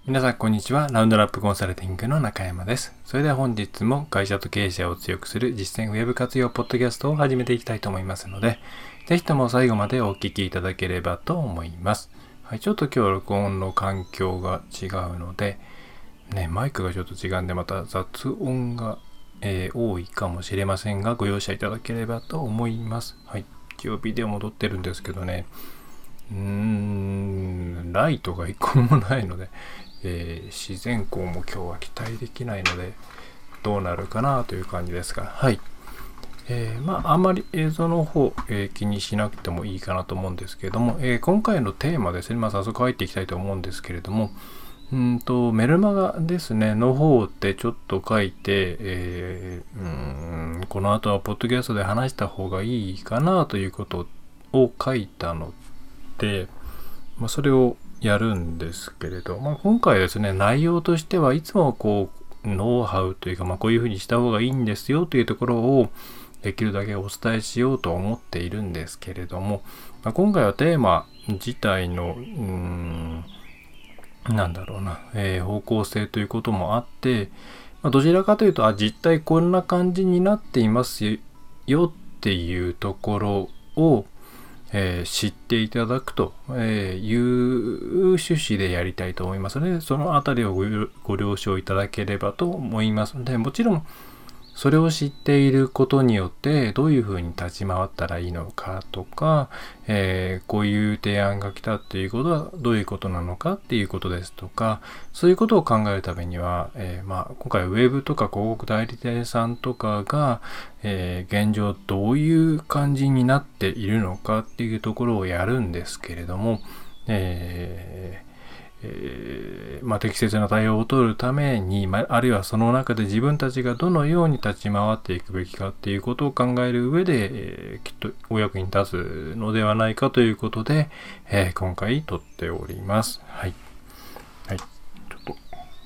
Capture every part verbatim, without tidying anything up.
皆さんこんにちは。ラウンドラップコンサルティングの中山です。それでは本日も会社と経営者を強くする実践ウェブ活用ポッドキャストを始めていきたいと思いますので、ぜひとも最後までお聞きいただければと思います。はい、ちょっと今日録音の環境が違うので、ね、マイクがちょっと違うんでまた雑音が、えー、多いかもしれませんが、ご容赦いただければと思います。はい、一応ビデオ戻ってるんですけどね、うーん、ライトが一個もないので、えー、自然光も今日は期待できないのでどうなるかなという感じですが、はい、えー、まああんまり映像の方、えー、気にしなくてもいいかなと思うんですけれども、えー、今回のテーマですね、まあ早速入っていきたいと思うんですけれども、うんとメルマガですねの方ってちょっと書いて、えー、うーんこの後はポッドキャストで話した方がいいかなということを書いたので、まあ、それをやるんですけれど、まあ、今回ですね、内容としてはいつもこうノウハウというか、まあ、こういうふうにした方がいいんですよというところをできるだけお伝えしようと思っているんですけれども、まあ、今回はテーマ自体のうーんなんだろうな、えー、方向性ということもあって、まあ、どちらかというとあ実態こんな感じになっていますよっていうところをえー、知っていただくという趣旨でやりたいと思いますので、そのあたりを ご, ご了承いただければと思いますので、もちろんそれを知っていることによってどういうふうに立ち回ったらいいのかとか、えー、こういう提案が来たっていうことはどういうことなのかっていうことですとか、そういうことを考えるためには、えーまあ、今回ウェブとか広告代理店さんとかが、えー、現状どういう感じになっているのかっていうところをやるんですけれども、えーえーまあ、適切な対応を取るために、まあるいはその中で自分たちがどのように立ち回っていくべきかっていうことを考える上で、えー、きっとお役に立つのではないかということで、えー、今回撮っております。はい。はい。ちょっと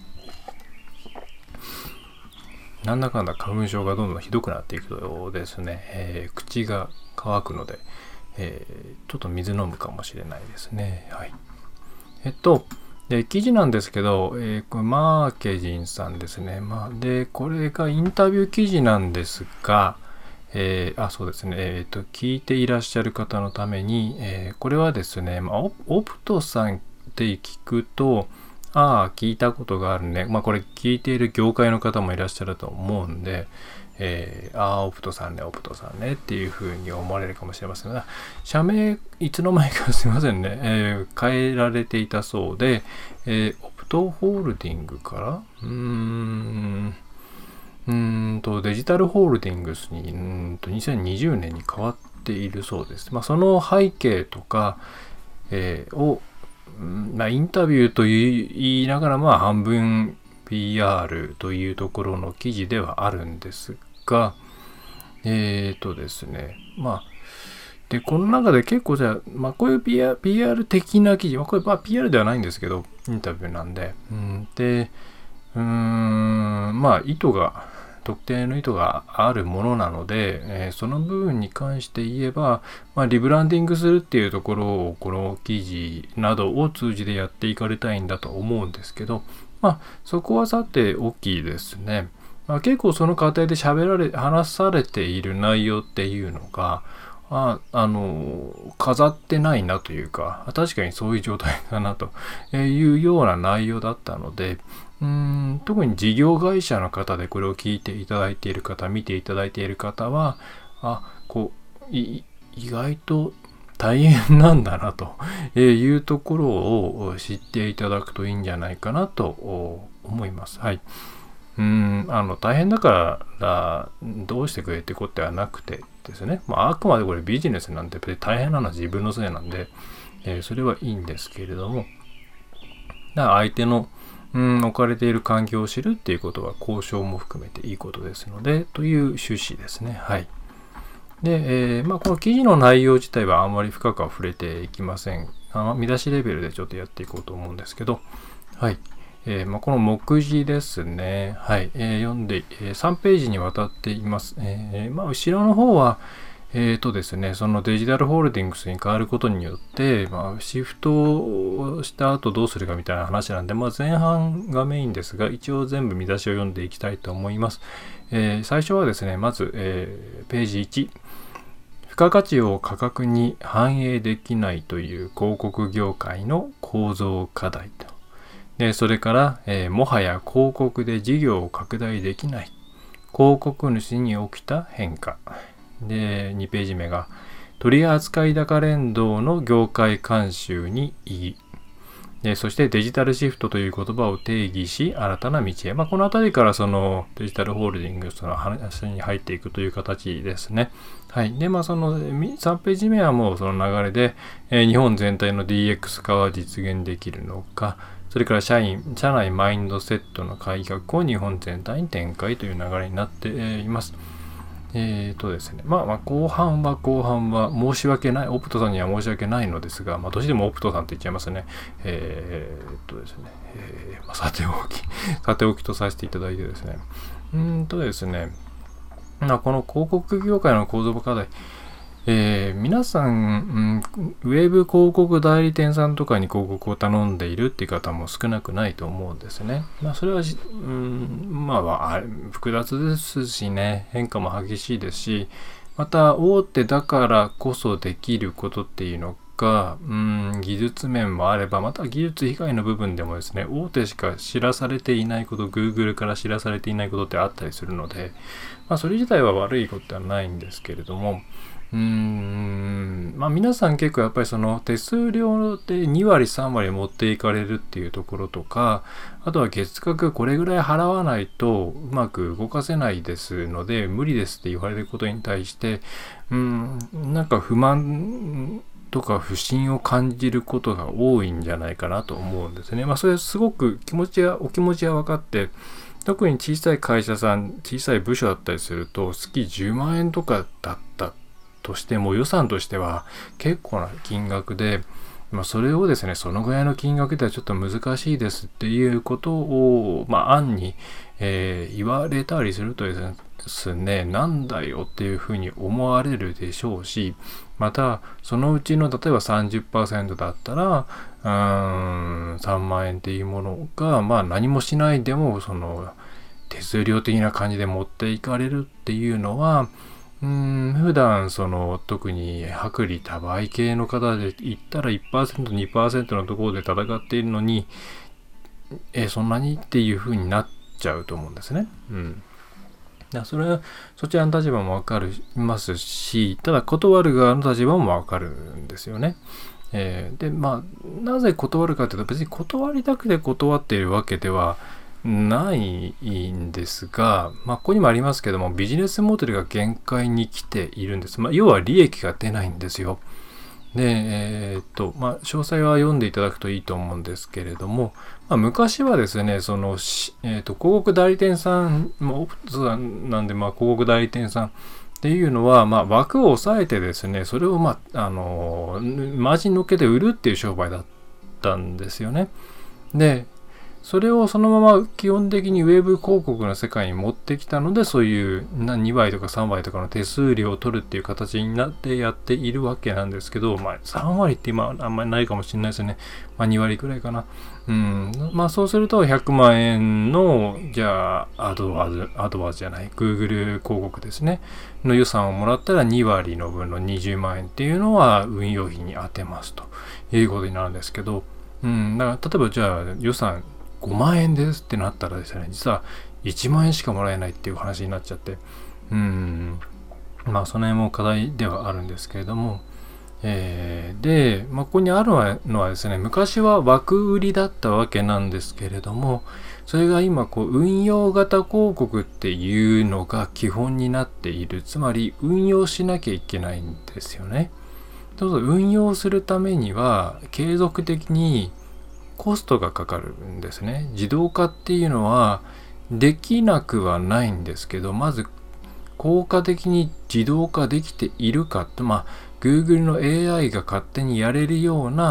なんだかんだ花粉症がどんどんひどくなっていくとですね、えー、口が乾くので、えー、ちょっと水飲むかもしれないですね。はい。えっとで記事なんですけど、えー、これマーケジンさんですね。まあ、でこれがインタビュー記事なんですが、えー、あそうですね、えーと、聞いていらっしゃる方のために、えー、これはですね、まあ、オ, オプトさんって聞くと、ああ聞いたことがあるね、まあこれ聞いている業界の方もいらっしゃると思うんで、えー、ああオプトさんねオプトさんねっていう風に思われるかもしれませんが、社名いつの間にかすいませんね、えー、変えられていたそうで、えー、オプトホールディングからうーんうーんとデジタルホールディングスにうんとにせんにじゅうねんに変わっているそうです。まあ、その背景とか、えー、を、まあ、インタビューと言いながらまあ半分 ピーアール というところの記事ではあるんですが、えーとですね、まあ、で、この中で結構じゃあ、まあ、こういう ピーアール, ピーアール 的な記事、まあ、これまあ ピーアール ではないんですけど、インタビューなんで、うん、で、うーん、まあ、意図が、特定の意図があるものなので、えー、その部分に関して言えば、まあ、リブランディングするっていうところを、この記事などを通じてやっていかれたいんだと思うんですけど、まあ、そこはさて大きいですね。まあ、結構その過程で喋られ、話されている内容っていうのが、ああの飾ってないなというか、確かにそういう状態だなというような内容だったので、うーん特に事業会社の方でこれを聞いていただいている方、見ていただいている方は、あこう意外と大変なんだなというところを知っていただくといいんじゃないかなと思います。はい。うーんあの大変だからどうしてくれってことではなくてですね、まあ、あくまでこれビジネスなんで大変なのは自分のせいなんで、えー、それはいいんですけれども、だから相手のうん置かれている環境を知るっていうことは交渉も含めていいことですのでという趣旨ですね。はい。で、えーまあ、この記事の内容自体はあんまり深くは触れていきません。あの見出しレベルでちょっとやっていこうと思うんですけど、はい。えーまあ、この目次ですね、はい、えー、読んで、えー、さんページにわたっています。えーまあ、後ろの方は、 えーとですね、そのデジタルホールディングスに変わることによって、まあ、シフトをした後どうするかみたいな話なんで、まあ、前半がメインですが、一応全部見出しを読んでいきたいと思います。えー、最初はですね、まず、えー、ページいち。付加価値を価格に反映できないという広告業界の構造課題と。で、それから、えー、もはや広告で事業を拡大できない。広告主に起きた変化。で、にページ目が取扱高連動の業界慣習に異議。で、そしてデジタルシフトという言葉を定義し、新たな道へ。まあ、このあたりからそのデジタルホールディングスの話に入っていくという形ですね。はい。で、まあ、そのさんページ目はもうその流れで、えー、日本全体の ディーエックス 化は実現できるのか、それから社員、社内マインドセットの改革を日本全体に展開という流れになっています。えーとですね、まあまあ後半は後半は申し訳ない、オプトさんには申し訳ないのですが、まあどうしてもオプトさんって言っちゃいますね。えーっとですね、えーまあ、さておき、さておきとさせていただいてですね、うーんとですね、まあ、この広告業界の構造課題、えー、皆さん、うん、ウェブ広告代理店さんとかに広告を頼んでいるっていう方も少なくないと思うんですね。まあ、それは、うん、まあ、あれ複雑ですしね、変化も激しいですし、また大手だからこそできることっていうのが、うん、技術面もあれば、また技術以外の部分でもですね、大手しか知らされていないこと、Google から知らされていないことってあったりするので、まあ、それ自体は悪いことではないんですけれども、うーんまあ皆さん結構やっぱりその手数料でにわりさんわり持っていかれるっていうところとか、あとは月額これぐらい払わないとうまく動かせないですので無理ですって言われることに対してうーんなんか不満とか不信を感じることが多いんじゃないかなと思うんですね。まあそれはすごく気持ちはお気持ちは分かって、特に小さい会社さん、小さい部署だったりすると月じゅうまんえんとかだったとしても予算としては結構な金額で、まあ、それをですねそのぐらいの金額ではちょっと難しいですっていうことを、まあ、案に、えー、言われたりするとですねなんだよっていうふうに思われるでしょうし、またそのうちの例えば さんじゅっパーセント だったらうーんさんまんえんっていうものが、まあ、何もしないでもその手数料的な感じで持っていかれるっていうのはうーん普段その特に薄利多売系の方で言ったら いちパーセント、にパーセント のところで戦っているのにえそんなにっていう風になっちゃうと思うんですね。うん。だそれはそちらの立場もわかりますし、ただ断る側の立場もわかるんですよね。えー、でまあなぜ断るかというと別に断りたくて断っているわけではないんですが、まあ、ここにもありますけどもビジネスモデルが限界に来ているんです。まあ、要は利益が出ないんですよ。で、えー、っと、まあ、詳細は読んでいただくといいと思うんですけれども、まあ、昔はですね、その、えー、っと、広告代理店さん、まあ、オプトさんなんで、まあ、広告代理店さんっていうのは、まあ、枠を抑えてですね、それを、まあ、あの、マージン乗っけて売るっていう商売だったんですよね。で、それをそのまま基本的にウェブ広告の世界に持ってきたので、そういうにばいとかさんばいとかの手数料を取るっていう形になってやっているわけなんですけど、まあさんわりって今あんまりないかもしれないですよね。まあにわりくらいかな。うん。まあそうするとひゃくまんえんの、じゃあアドワーズ、アドワーズじゃない、Google 広告ですね。の予算をもらったらにわりの分のにじゅうまんえんっていうのは運用費に当てますということになるんですけど、うん。だから例えばじゃあ予算ごまんえんですってなったらですね、実はいちまんえんしかもらえないっていう話になっちゃって、うーん、まあその辺も課題ではあるんですけれども、えー、で、まあ、ここにあるのはですね、昔は枠売りだったわけなんですけれども、それが今こう運用型広告っていうのが基本になっている。つまり運用しなきゃいけないんですよね。どうぞ運用するためには継続的にコストがかかるんですね。自動化っていうのはできなくはないんですけど、まず効果的に自動化できているかと、まあ Google の エーアイ が勝手にやれるような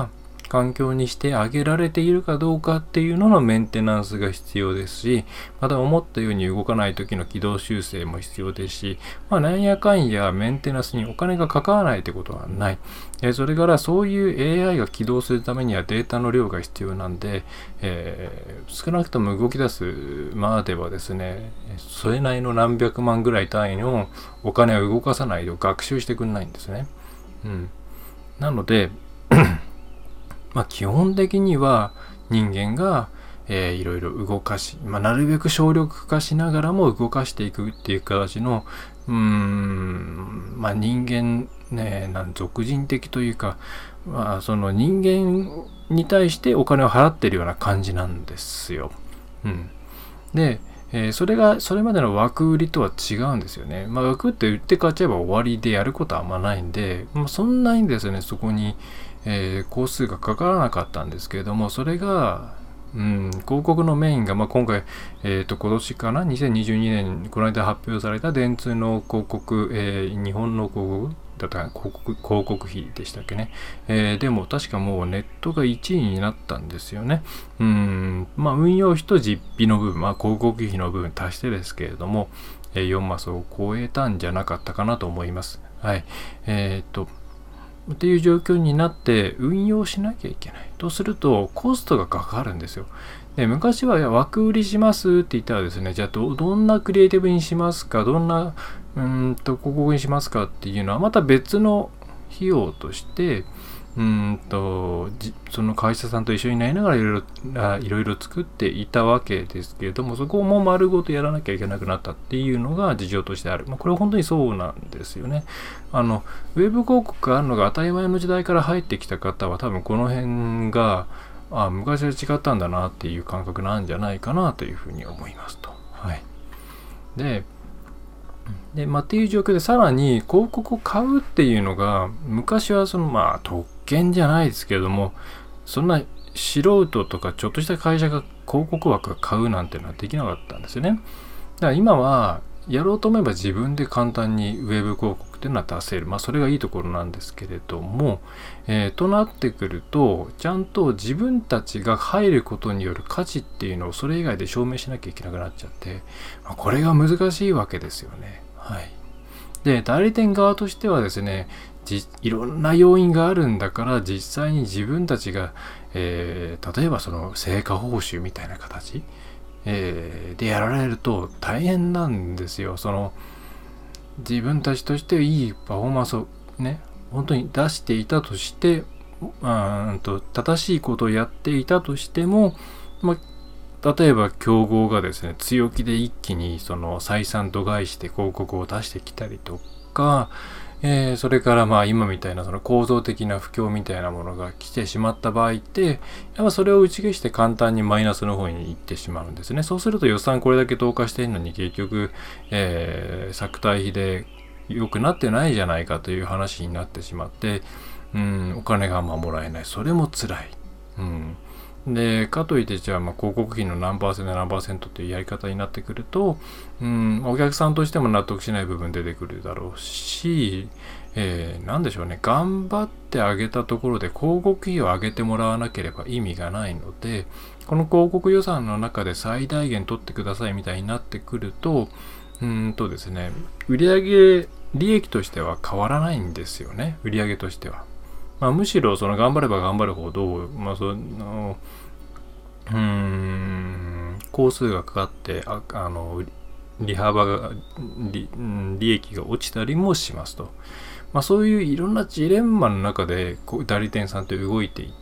環境にしてあげられているかどうかっていうののメンテナンスが必要ですし、また思ったように動かない時の軌道修正も必要ですし、まあ、なんやかんやメンテナンスにお金がかからないってことはない。えそれからそういう エーアイ が起動するためにはデータの量が必要なんで、えー、少なくとも動き出すまではですね、それなりの何百万ぐらい単位のお金を動かさないと学習してくれないんですね。うん、なのでまあ基本的には人間が、えー、いろいろ動かし、まあ、なるべく省力化しながらも動かしていくっていう形のうーんまあ人間ね、なん俗人的というか、まあその人間に対してお金を払ってるような感じなんですよ。うん、で、えー、それがそれまでの枠売りとは違うんですよね。まあ枠って売って買っちゃえば終わりでやることはあんまないんで、まあ、そんなにですねそこに、えー、工数がかからなかったんですけれども、それがうん、広告のメインが、まあ、今回、えー、と今年かなにせんにじゅうにねんこの間発表された電通の広告、えー、日本の広告だった広告広告費でしたっけね、えー、でも確かもうネットがいちいになったんですよね。うんまあ運用費と実費の部分、まあ、広告費の部分足してですけれども、えー、よんマスを超えたんじゃなかったかなと思います。はいえっ、ー、とっていう状況になって運用しなきゃいけないとするとコストがかかるんですよ。で昔は枠売りしますって言ったらですね、じゃあ ど, どんなクリエイティブにしますか、どんなうーんと広告にしますかっていうのはまた別の費用としてうーんとその会社さんと一緒になりながらいろいろいろいろ作っていたわけですけれども、そこも丸ごとやらなきゃいけなくなったっていうのが事情としてある。まあ、これは本当にそうなんですよね。あのウェブ広告があるのが当たり前の時代から入ってきた方は多分この辺があ昔は違ったんだなっていう感覚なんじゃないかなというふうに思いますと。はい、でで、まあ、っていう状況でさらに広告を買うっていうのが昔はそのまあ特権じゃないですけれども、そんな素人とかちょっとした会社が広告枠を買うなんていうのはできなかったんですよね。だから今はやろうと思えば自分で簡単にウェブ広告っていうのは出せる。まあそれがいいところなんですけれども、えー、となってくるとちゃんと自分たちが入ることによる価値っていうのをそれ以外で証明しなきゃいけなくなっちゃって、まあ、これが難しいわけですよね。はい。で代理店側としてはですね、いろんな要因があるんだから実際に自分たちが、えー、例えばその成果報酬みたいな形えー、でやられると大変なんですよ。その自分たちとしていいパフォーマンスをね本当に出していたとして、うんと正しいことをやっていたとしても、まあ、例えば競合がですね強気で一気にその採算度外視で広告を出してきたりとか、えー、それからまあ今みたいなその構造的な不況みたいなものが来てしまった場合ってやっぱそれを打ち消して簡単にマイナスの方に行ってしまうんですね。そうすると予算これだけ投下しているのに結局、えー、作対比で良くなってないじゃないかという話になってしまって、うん、お金があんまもらえない。それも辛い。うんでかといってじゃあ、まあ広告費の何パーセント何パーセントというやり方になってくると、うん、お客さんとしても納得しない部分出てくるだろうし、えー、なんでしょうね、頑張ってあげたところで広告費を上げてもらわなければ意味がないので、この広告予算の中で最大限取ってくださいみたいになってくると、うんとですね、売上利益としては変わらないんですよね、売上としては。まあ、むしろその頑張れば頑張るほど、まあ、そのうーん工数がかかってああの利幅が 利, 利益が落ちたりもしますと、まあ、そういういろんなジレンマの中で代理店さんって動いていって、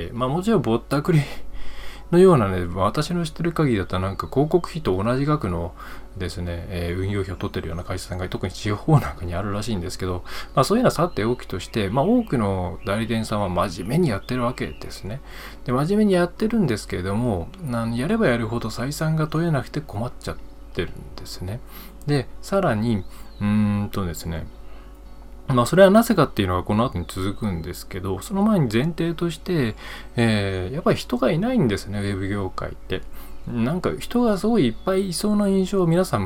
まあ、もちろんぼったくりのようなね、私の知ってる限りだったらなんか広告費と同じ額のですね、えー、運用費を取ってるような会社さんが特に地方なんかにあるらしいんですけど、まあ、そういうのはさておきとして、まあ、多くの代理店さんは真面目にやってるわけですね。で真面目にやってるんですけれども、やればやるほど採算が取れなくて困っちゃってるんですね。でさらにうーんとですねまあそれはなぜかっていうのがこの後に続くんですけど、その前に前提として、えー、やっぱり人がいないんですね、ウェブ業界って。なんか人がすごいいっぱいいそうな印象を皆さん持っ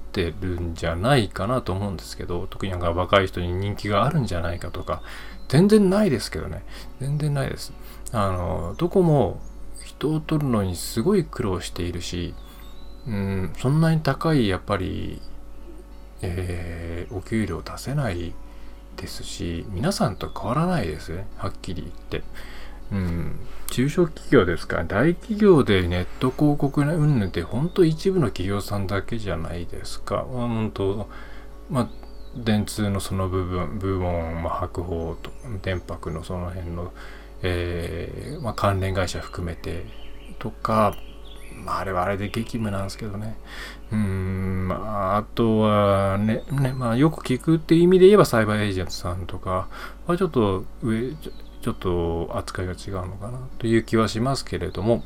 ってるんじゃないかなと思うんですけど、特になんか若い人に人気があるんじゃないかとか、全然ないですけどね。全然ないです。あの、どこも人を取るのにすごい苦労しているし、うん、そんなに高いやっぱり、えー、お給料出せないですし、皆さんと変わらないですね、はっきり言って。うん、中小企業ですから、大企業でネット広告云々って本当一部の企業さんだけじゃないですか。本当、まあ、電通のその部分、部門、まあ、博報と、電白のその辺の、えーまあ、関連会社含めてとか、まあ、あれはあれで激務なんですけどね。うーん、まあ、あとはね、ね、まあ、よく聞くっていう意味で言えば、サイバーエージェントさんとかはちょっと上、ちょちょっと扱いが違うのかなという気はしますけれども、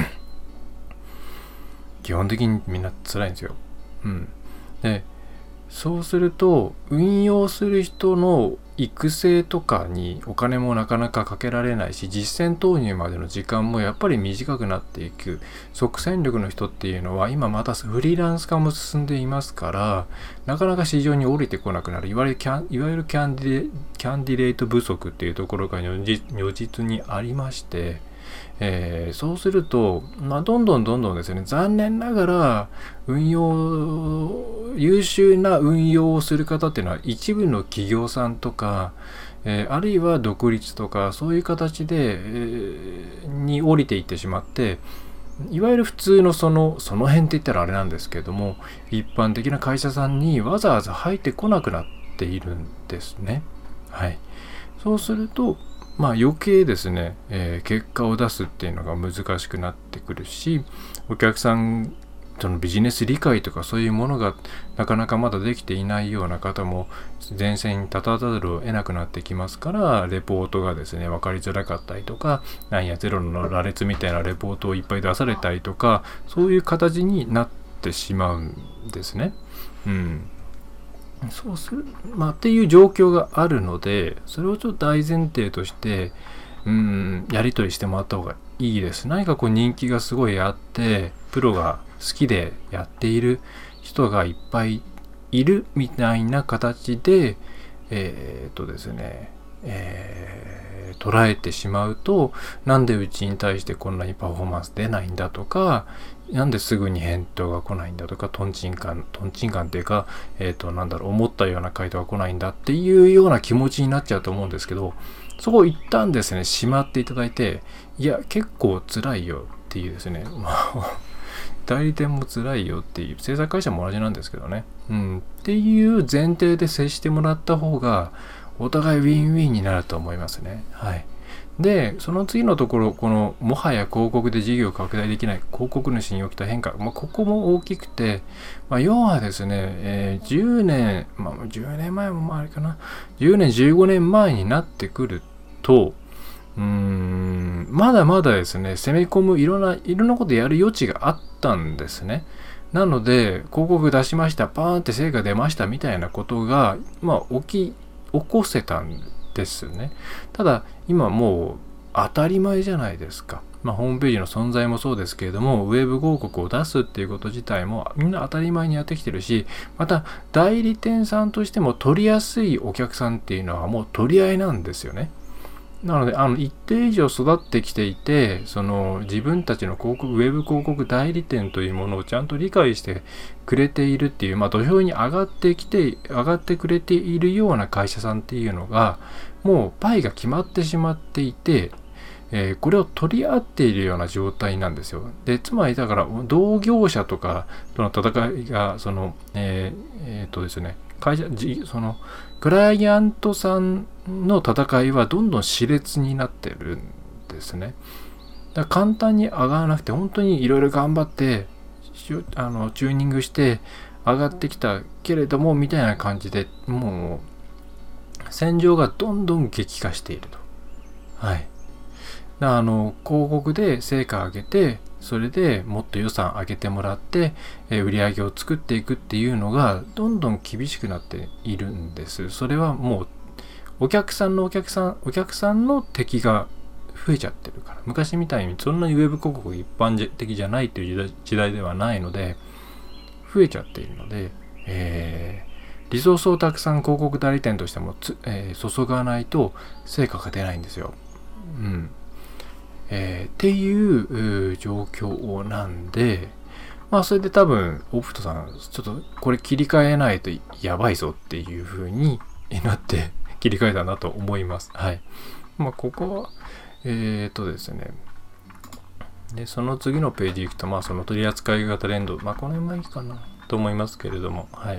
基本的にみんな辛いんですよ。うん。で、そうすると、運用する人の育成とかにお金もなかなかかけられないし、実践投入までの時間もやっぱり短くなっていく。即戦力の人っていうのは今またフリーランス化も進んでいますから、なかなか市場に降りてこなくなる。いわゆるキャン、いわゆるキャンディレ、キャンディレート不足っていうところが如実にありまして、えー、そうすると、まあ、どんどんどんどんですね、残念ながら運用優秀な運用をする方っていうのは一部の企業さんとか、えー、あるいは独立とかそういう形で、えー、に降りていってしまって、いわゆる普通のそのその辺って言ったらあれなんですけれども、一般的な会社さんにわざわざ入ってこなくなっているんですね。はい。そうすると、まあ余計ですね、えー、結果を出すっていうのが難しくなってくるし、お客さんそのビジネス理解とかそういうものがなかなかまだできていないような方も前線に立たざるを得なくなってきますから、レポートがですね分かりづらかったりとか、なんやゼロの羅列みたいなレポートをいっぱい出されたりとか、そういう形になってしまうんですね。うん。そうする、まあ、っていう状況があるので、それをちょっと大前提として、うん、やり取りしてもらった方がいいです。何かこう人気がすごいあって、プロが好きでやっている人がいっぱいいるみたいな形で、えー、っとですね、えー、捉えてしまうと、なんでうちに対してこんなにパフォーマンス出ないんだとか、なんですぐに返答が来ないんだとか、トンチンカン、トンチンカンっていうか、えっと、なんだろう、思ったような回答が来ないんだっていうような気持ちになっちゃうと思うんですけど、そこを一旦ですね、しまっていただいて、いや、結構辛いよっていうですね、まあ、代理店も辛いよっていう、制作会社も同じなんですけどね、うん、っていう前提で接してもらった方が、お互いウィンウィンになると思いますね。はい。で、その次のところ、このもはや広告で事業を拡大できない広告主に起きた変化、まあ、ここも大きくて、まあ、要はですね、えー、じゅうねん、まあ、じゅうねんまえもあれかな、じゅうねん、じゅうごねんまえになってくると、うーん、まだまだですね、攻め込むいろんな、いろんなことやる余地があったんですね。なので、広告出しました、パーンって成果出ましたみたいなことが、まあ、起き、起こせたんですね。ただ今もう当たり前じゃないですか。まあホームページの存在もそうですけれども、ウェブ広告を出すっていうこと自体もみんな当たり前にやってきてるし、また代理店さんとしても取りやすいお客さんっていうのはもう取り合いなんですよね。なので、あの、一定以上育ってきていて、その、自分たちの広告、ウェブ広告代理店というものをちゃんと理解してくれているっていう、まあ、土俵に上がってきて、上がってくれているような会社さんっていうのが、もう、パイが決まってしまっていて、えー、これを取り合っているような状態なんですよ。で、つまり、だから、同業者とかとの戦いが、その、えー、えー、っとですね、会社、その、クライアントさんの戦いはどんどん熾烈になってるんですね。だから簡単に上がらなくて、本当にいろいろ頑張って、あの、チューニングして上がってきたけれども、みたいな感じで、もう、戦場がどんどん激化していると。はい。だからあの、広告で成果を上げて、それでもっと予算上げてもらって、えー、売り上げを作っていくっていうのがどんどん厳しくなっているんです。それはもうお客さんのお客さん、お客さんの敵が増えちゃってるから。昔みたいにそんなにウェブ広告一般的じゃないという時代、時代ではないので、増えちゃっているので、 えー、リソースをたくさん広告代理店としてもつ、えー、注がないと成果が出ないんですよ。うんえー、っていう状況なんで、まあそれで多分オプトさんちょっとこれ切り替えないとやばいぞっていう風になって切り替えたなと思います。はい。まあここはえーとですねでその次のページ行くとまあその取扱型連動まあこの辺もいいかなと思いますけれども、はい。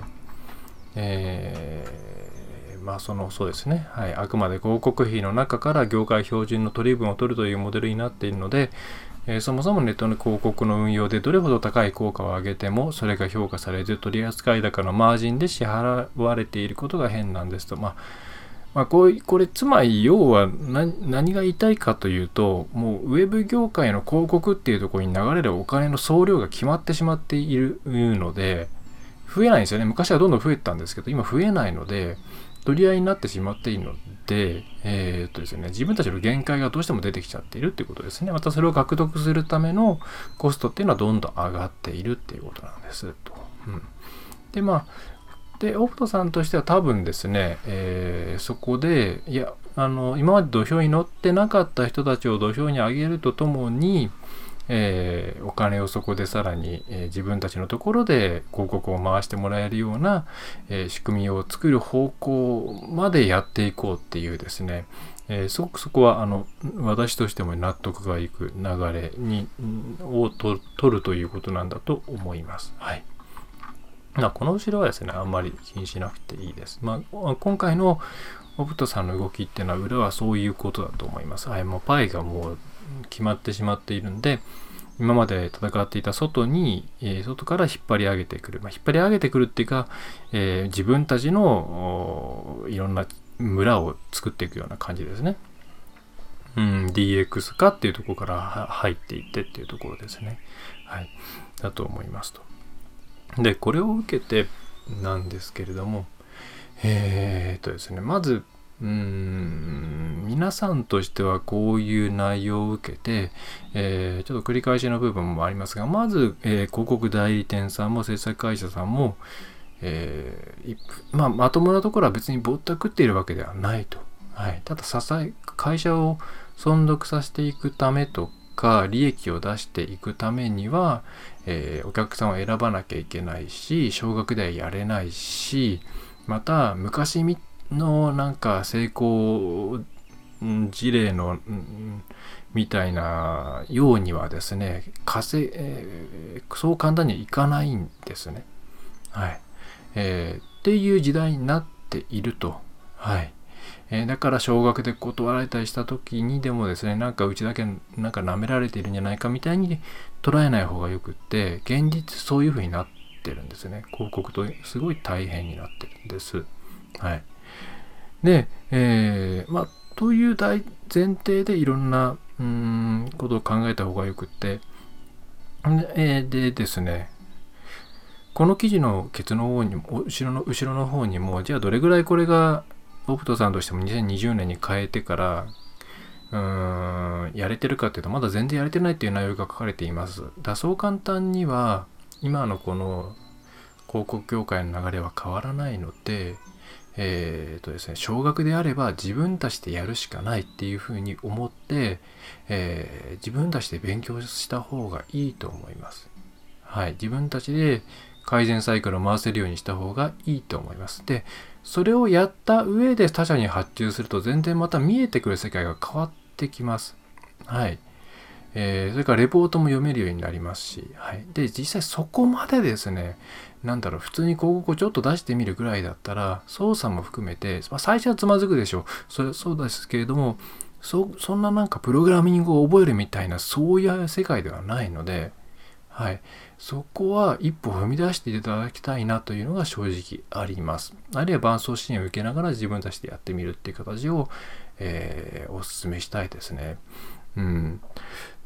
えー、まあそのそうですね、はい、あくまで広告費の中から業界標準の取り分を取るというモデルになっているので、えー、そもそもネットの広告の運用でどれほど高い効果を上げてもそれが評価されず取扱高のマージンで支払われていることが変なんですと、まあ、まあこうこれつまり要は 何, 何が言いたいかというと、もうウェブ業界の広告っていうところに流れるお金の総量が決まってしまっているので増えないんですよね。昔はどんどん増えたんですけど今増えないので取り合いになってしまっているので、えーっとですね、自分たちの限界がどうしても出てきちゃっているっていうことですね。またそれを獲得するためのコストっていうのはどんどん上がっているっていうことなんですと。うん、でまあでオプトさんとしては多分ですね、えー、そこでいやあの今まで土俵に乗ってなかった人たちを土俵に上げるとともにえー、お金をそこでさらに、えー、自分たちのところで広告を回してもらえるような、えー、仕組みを作る方向までやっていこうっていうですね、えー、すごくそこはあの私としても納得がいく流れにをと取るということなんだと思います。はい。まあ、この後ろはですねあんまり気にしなくていいです。まあ、今回のオプトさんの動きっていうのは裏はそういうことだと思います。はい、もうパイがもう決まってしまっているんで今まで戦っていた外に、えー、外から引っ張り上げてくる、まあ、引っ張り上げてくるっていうか、えー、自分たちのいろんな村を作っていくような感じですね。うん、ディーエックス 化っていうところから入っていってっていうところですね。はい、だと思いますと。でこれを受けてなんですけれどもえー、っとですねまずうーん皆さんとしてはこういう内容を受けて、えー、ちょっと繰り返しの部分もありますがまず、えー、広告代理店さんも制作会社さんも、えーまあ、まともなところは別にぼったくっているわけではないと、はい、ただ支え会社を存続させていくためとか利益を出していくためには、えー、お客さんを選ばなきゃいけないし少額ではやれないしまた昔みのなんか成功事例のみたいなようにはですね稼、えー、そう簡単にはいかないんですね。はい、えー、っていう時代になっていると。はい、えー、だから少額で断られたりした時にでもですねなんかうちだけなんか舐められているんじゃないかみたいに捉えない方がよくって現実そういう風になってるんですね。広告とすごい大変になってるんです。はい。で、えー、まあという大前提でいろんなうーんことを考えた方がよくって、で、えー、でですね、この記事のケツの方にも後ろの後ろの方にもじゃあどれぐらいこれがオプトさんとしてもにせんにじゅうねんに変えてからうーんやれてるかっていうとまだ全然やれてないっていう内容が書かれています。だそう簡単には今のこの広告業界の流れは変わらないので。えーとですね、少額であれば自分たちでやるしかないっていうふうに思って、えー、自分たちで勉強した方がいいと思います。はい、自分たちで改善サイクルを回せるようにした方がいいと思います。で、それをやった上で他者に発注すると全然また見えてくる世界が変わってきます。はい。えー、それからレポートも読めるようになりますし、はい、で実際そこまでですねなんだろう普通に広告をちょっと出してみるぐらいだったら操作も含めて、まあ、最初はつまずくでしょう。それそうですけれども そ, そんななんかプログラミングを覚えるみたいなそういう世界ではないので、はい、そこは一歩踏み出していただきたいなというのが正直あります。あるいは伴走支援を受けながら自分たちでやってみるっていう形を、えー、お勧めしたいですね。うん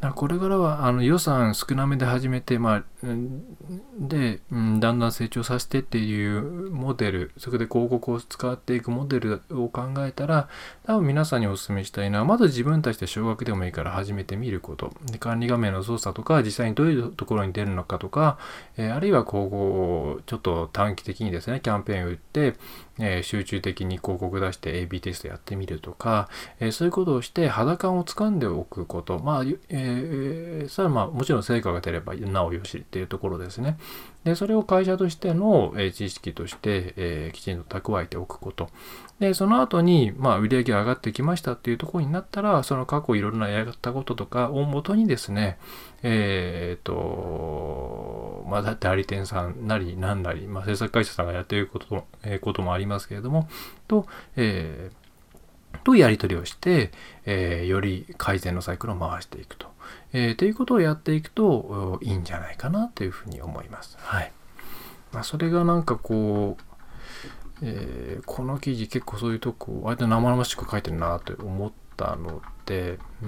だからこれからはあの予算少なめで始めて、まあ、うんで、うん、だんだん成長させてっていうモデル、そこで広告を使っていくモデルを考えたら、多分皆さんにお勧めしたいのは、まず自分たちで少額でもいいから始めてみること。で、管理画面の操作とか、実際にどういうところに出るのかとか、えーあるいは広告、ちょっと短期的にですね、キャンペーンを打って、えー集中的に広告出して エービー テストやってみるとか、えーそういうことをして肌感をつかんでおくこと。まあ、えー、それはまあもちろん成果が出ればなおよしっていうところですね。で、それを会社としての、えー知識として、えーきちんと蓄えておくこと。で、その後に、まあ、売上が上がってきましたっていうところになったら、その過去いろんなやったこととかをもとにですね、えっと、まあ、代理店さんなり何なり、まあ、制作会社さんがやっていること、えーこともありますけれども、と、えーとやり取りをして、えーより改善のサイクルを回していくと、えーということをやっていくといいんじゃないかなというふうに思います。はい。まあ、それがなんかこう、えーこの記事結構そういうとこ割と生々しく書いてるなと思ったので、うん、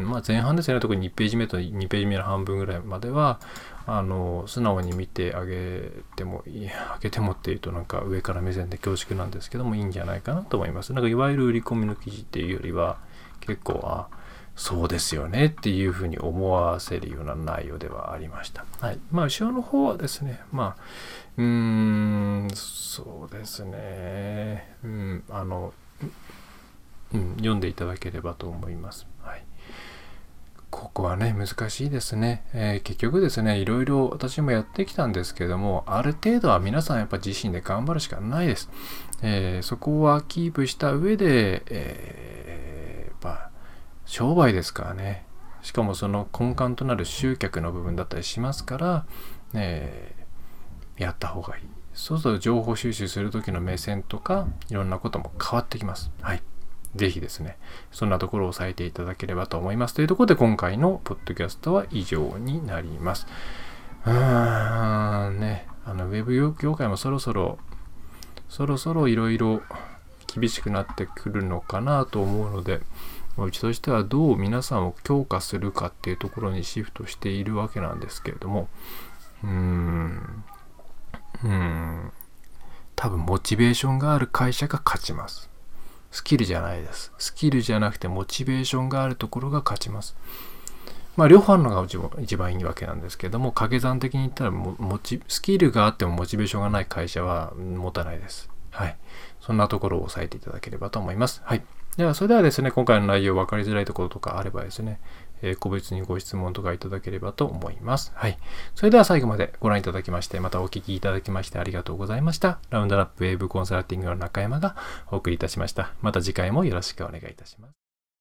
まあ前半ですね、特にいちページ目とにページ目の半分ぐらいまでは、あの、素直に見てあげてもいい、あげてもっていうとなんか上から目線で恐縮なんですけども、いいんじゃないかなと思います。なんかいわゆる売り込みの記事っていうよりは、結構、あ、そうですよねっていうふうに思わせるような内容ではありました。はい。まあ後ろの方はですね、まあ、うーん、そうですね。うん、あの、うん、読んでいただければと思います。はい。ここはね、難しいですね。えー結局ですね、いろいろ私もやってきたんですけども、ある程度は皆さんやっぱ自身で頑張るしかないです。えーそこはキープした上で、えーやっぱ商売ですからね。しかもその根幹となる集客の部分だったりしますから、えーやった方がいい。そうすると情報収集する時の目線とかいろんなことも変わってきます。はい。ぜひですね、そんなところを押さえていただければと思います。というところで今回のポッドキャストは以上になります。うーんね、あのウェブ業界もそろそろそろそろいろいろ厳しくなってくるのかなと思うので、うちとしてはどう皆さんを強化するかっていうところにシフトしているわけなんですけれども、うーんうーん多分モチベーションがある会社が勝ちます。スキルじゃないです。スキルじゃなくてモチベーションがあるところが勝ちます。まあ両方あるのが一番いいわけなんですけども、掛け算的に言ったらもモチスキルがあってもモチベーションがない会社は持たないです。はい。そんなところを押さえていただければと思います。はい。ではそれではですね、今回の内容分かりづらいところとかあればですね、えー個別にご質問とかいただければと思います。はい。それでは最後までご覧いただきまして、またお聞きいただきましてありがとうございました。ラウンドラップウェーブコンサルティングの中山がお送りいたしました。また次回もよろしくお願いいたします。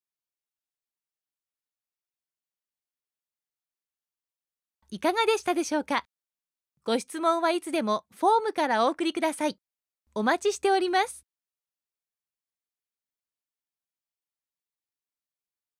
いかがでしたでしょうか。ご質問はいつでもフォームからお送りください。お待ちしております。